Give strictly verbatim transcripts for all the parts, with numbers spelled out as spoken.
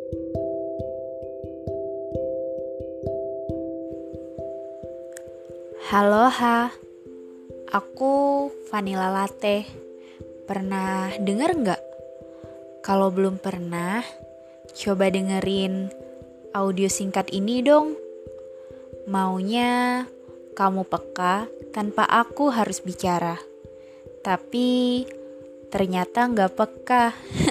Halo Ha, aku Vanilla Latte. Pernah denger nggak? Kalau belum pernah, coba dengerin audio singkat ini dong. Maunya kamu peka tanpa aku harus bicara. Tapi ternyata nggak peka.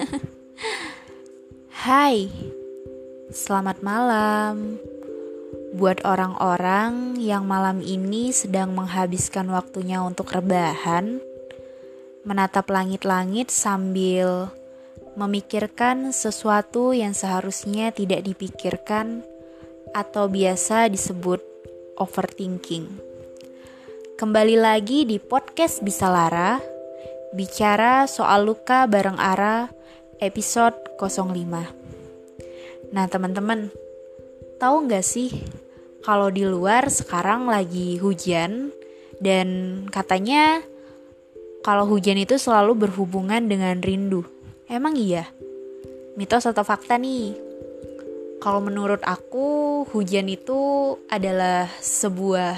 Hai, selamat malam. Buat orang-orang yang malam ini sedang menghabiskan waktunya untuk rebahan, menatap langit-langit sambil memikirkan sesuatu yang seharusnya tidak dipikirkan atau biasa disebut overthinking. Kembali lagi di podcast Bisa Lara, bicara soal luka bareng Ara, episode nol lima. Nah teman-teman, tahu nggak sih kalau di luar sekarang lagi hujan dan katanya kalau hujan itu selalu berhubungan dengan rindu. Emang iya? Mitos atau fakta nih? Kalau menurut aku hujan itu adalah sebuah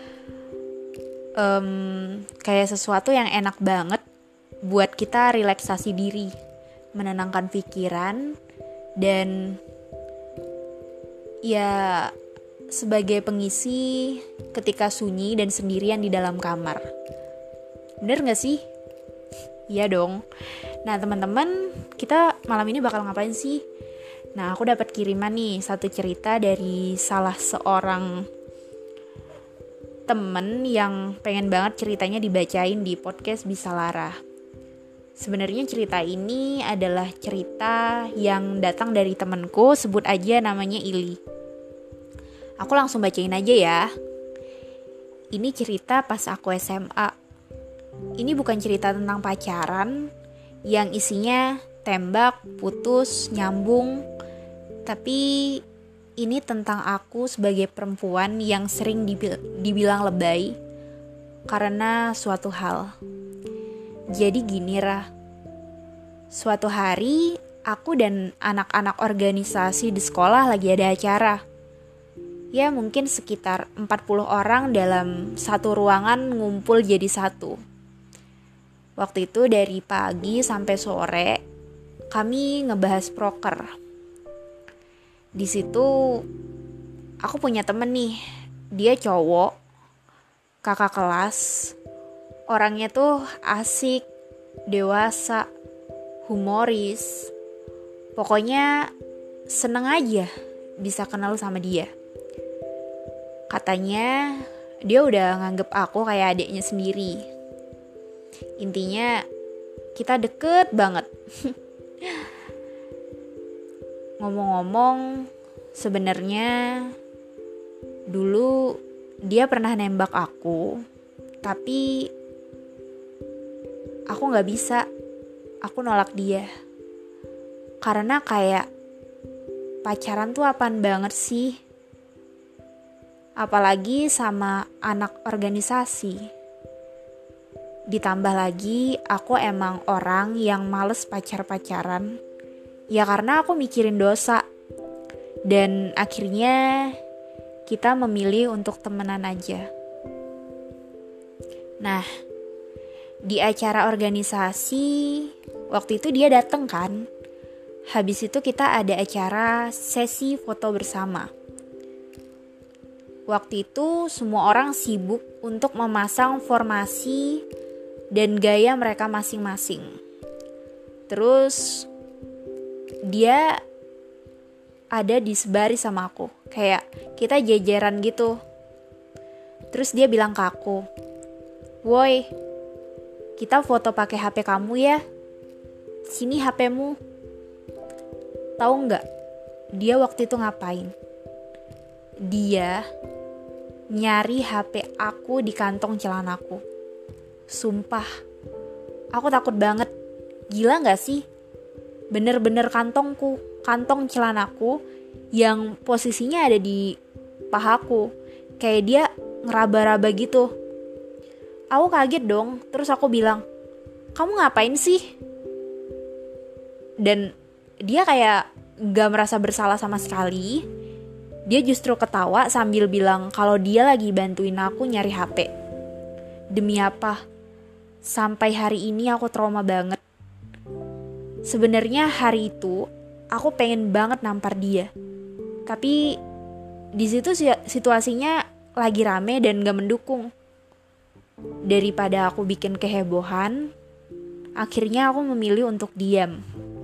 um, kayak sesuatu yang enak banget buat kita relaksasi diri, menenangkan pikiran, dan ya sebagai pengisi ketika sunyi dan sendirian di dalam kamar. Bener gak sih? Iya dong. Nah teman-teman, kita malam ini bakal ngapain sih? Nah aku dapat kiriman nih satu cerita dari salah seorang temen yang pengen banget ceritanya dibacain di podcast Bisa Lara. Sebenarnya cerita ini adalah cerita yang datang dari temenku, sebut aja namanya Ili. Aku langsung bacain aja ya. Ini cerita pas aku S M A. Ini bukan cerita tentang pacaran yang isinya tembak, putus, nyambung. Tapi ini tentang aku sebagai perempuan yang sering dibil- dibilang lebay karena suatu hal. Jadi gini Rah. Suatu hari aku dan anak-anak organisasi di sekolah lagi ada acara. Ya mungkin sekitar empat puluh orang dalam satu ruangan ngumpul jadi satu. Waktu itu dari pagi sampai sore kami ngebahas proker. Di situ aku punya temen nih, dia cowok, kakak kelas. Orangnya tuh asik, dewasa, humoris. Pokoknya seneng aja bisa kenal sama dia. Katanya dia udah nganggep aku kayak adiknya sendiri. Intinya kita deket banget. Ngomong-ngomong, sebenarnya dulu dia pernah nembak aku, tapi aku nggak bisa. Aku nolak dia karena kayak pacaran tuh apaan banget sih. Apalagi sama anak organisasi. Ditambah lagi aku emang orang yang males pacar-pacaran. Ya karena aku mikirin dosa. Dan akhirnya kita memilih untuk temenan aja. Nah, di acara organisasi waktu itu dia dateng kan. Habis itu kita ada acara sesi foto bersama. Waktu itu semua orang sibuk untuk memasang formasi dan gaya mereka masing-masing. Terus dia ada di sebaris sama aku, kayak kita jajaran gitu. Terus dia bilang ke aku, "Woi, kita foto pakai H P kamu ya. Sini H P-mu." Tahu nggak? Dia waktu itu ngapain? Dia nyari H P aku di kantong celanaku. Sumpah, aku takut banget. Gila gak sih? Bener-bener kantongku, kantong celanaku yang posisinya ada di pahaku. Kayak dia ngeraba-raba gitu. Aku kaget dong, terus aku bilang, "Kamu ngapain sih?" Dan dia kayak gak merasa bersalah sama sekali. Dia justru ketawa sambil bilang kalau dia lagi bantuin aku nyari H P. Demi apa? Sampai hari ini aku trauma banget. Sebenarnya hari itu aku pengen banget nampar dia. Tapi di situ situasinya lagi rame dan gak mendukung. Daripada aku bikin kehebohan, akhirnya aku memilih untuk diam.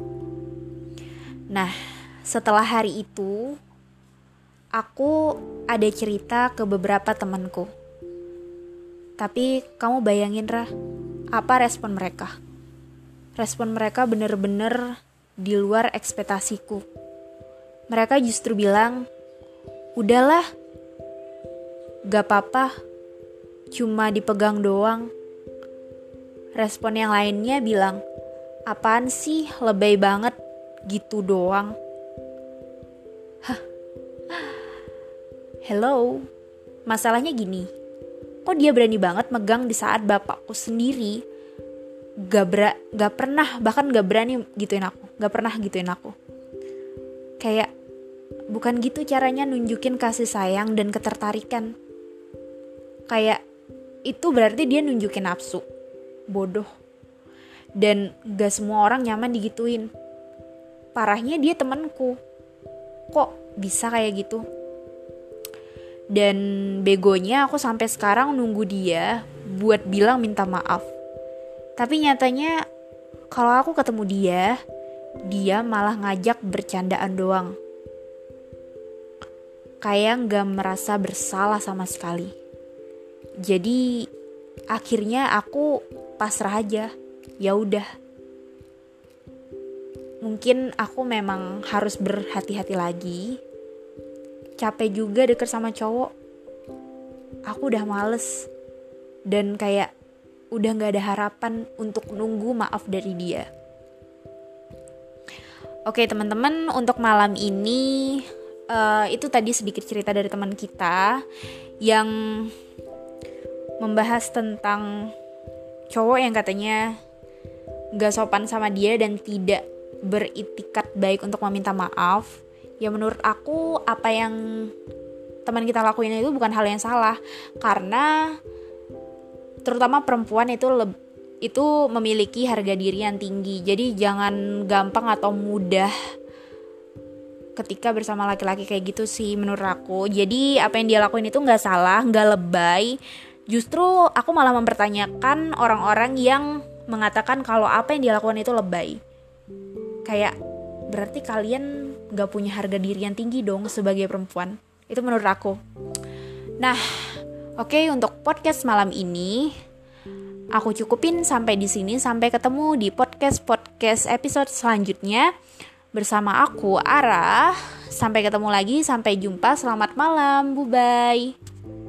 Nah, setelah hari itu, aku ada cerita ke beberapa temanku. Tapi kamu bayangin Rah, apa respon mereka? Respon mereka bener-bener di luar ekspektasiku. Mereka justru bilang, udahlah, gak apa-apa, cuma dipegang doang. Respon yang lainnya bilang, apaan sih, lebay banget, gitu doang. Hah. Hello, masalahnya gini, kok dia berani banget megang di saat bapakku sendiri gak, ber- gak pernah, bahkan gak berani gituin aku, gak pernah gituin aku. Kayak, bukan gitu caranya nunjukin kasih sayang dan ketertarikan. Kayak, itu berarti dia nunjukin nafsu. Bodoh. Dan gak semua orang nyaman digituin. Parahnya dia temanku. Kok bisa kayak gitu? Dan begonya aku sampai sekarang nunggu dia buat bilang minta maaf. Tapi nyatanya kalau aku ketemu dia, dia malah ngajak bercandaan doang. Kayak gak merasa bersalah sama sekali. Jadi akhirnya aku pasrah aja. Ya udah. Mungkin aku memang harus berhati-hati lagi. Capek juga deket sama cowok. Aku udah males. Dan kayak udah gak ada harapan untuk nunggu maaf dari dia. Oke teman-teman, untuk malam ini uh, itu tadi sedikit cerita dari teman kita yang membahas tentang cowok yang katanya gak sopan sama dia dan tidak beritikat baik untuk meminta maaf. Ya menurut aku apa yang teman kita lakuin itu bukan hal yang salah, karena terutama perempuan itu le- itu memiliki harga diri yang tinggi. Jadi jangan gampang atau mudah ketika bersama laki-laki kayak gitu sih menurut aku. Jadi apa yang dia lakuin itu gak salah, gak lebay. Justru aku malah mempertanyakan orang-orang yang mengatakan kalau apa yang dia lakukan itu lebay. Kayak berarti kalian gak punya harga diri yang tinggi dong sebagai perempuan. Itu menurut aku. Nah, oke okay, untuk podcast malam ini aku cukupin sampai di sini. Sampai ketemu di podcast-podcast episode selanjutnya bersama aku, Ara. Sampai ketemu lagi, sampai jumpa. Selamat malam, bye-bye.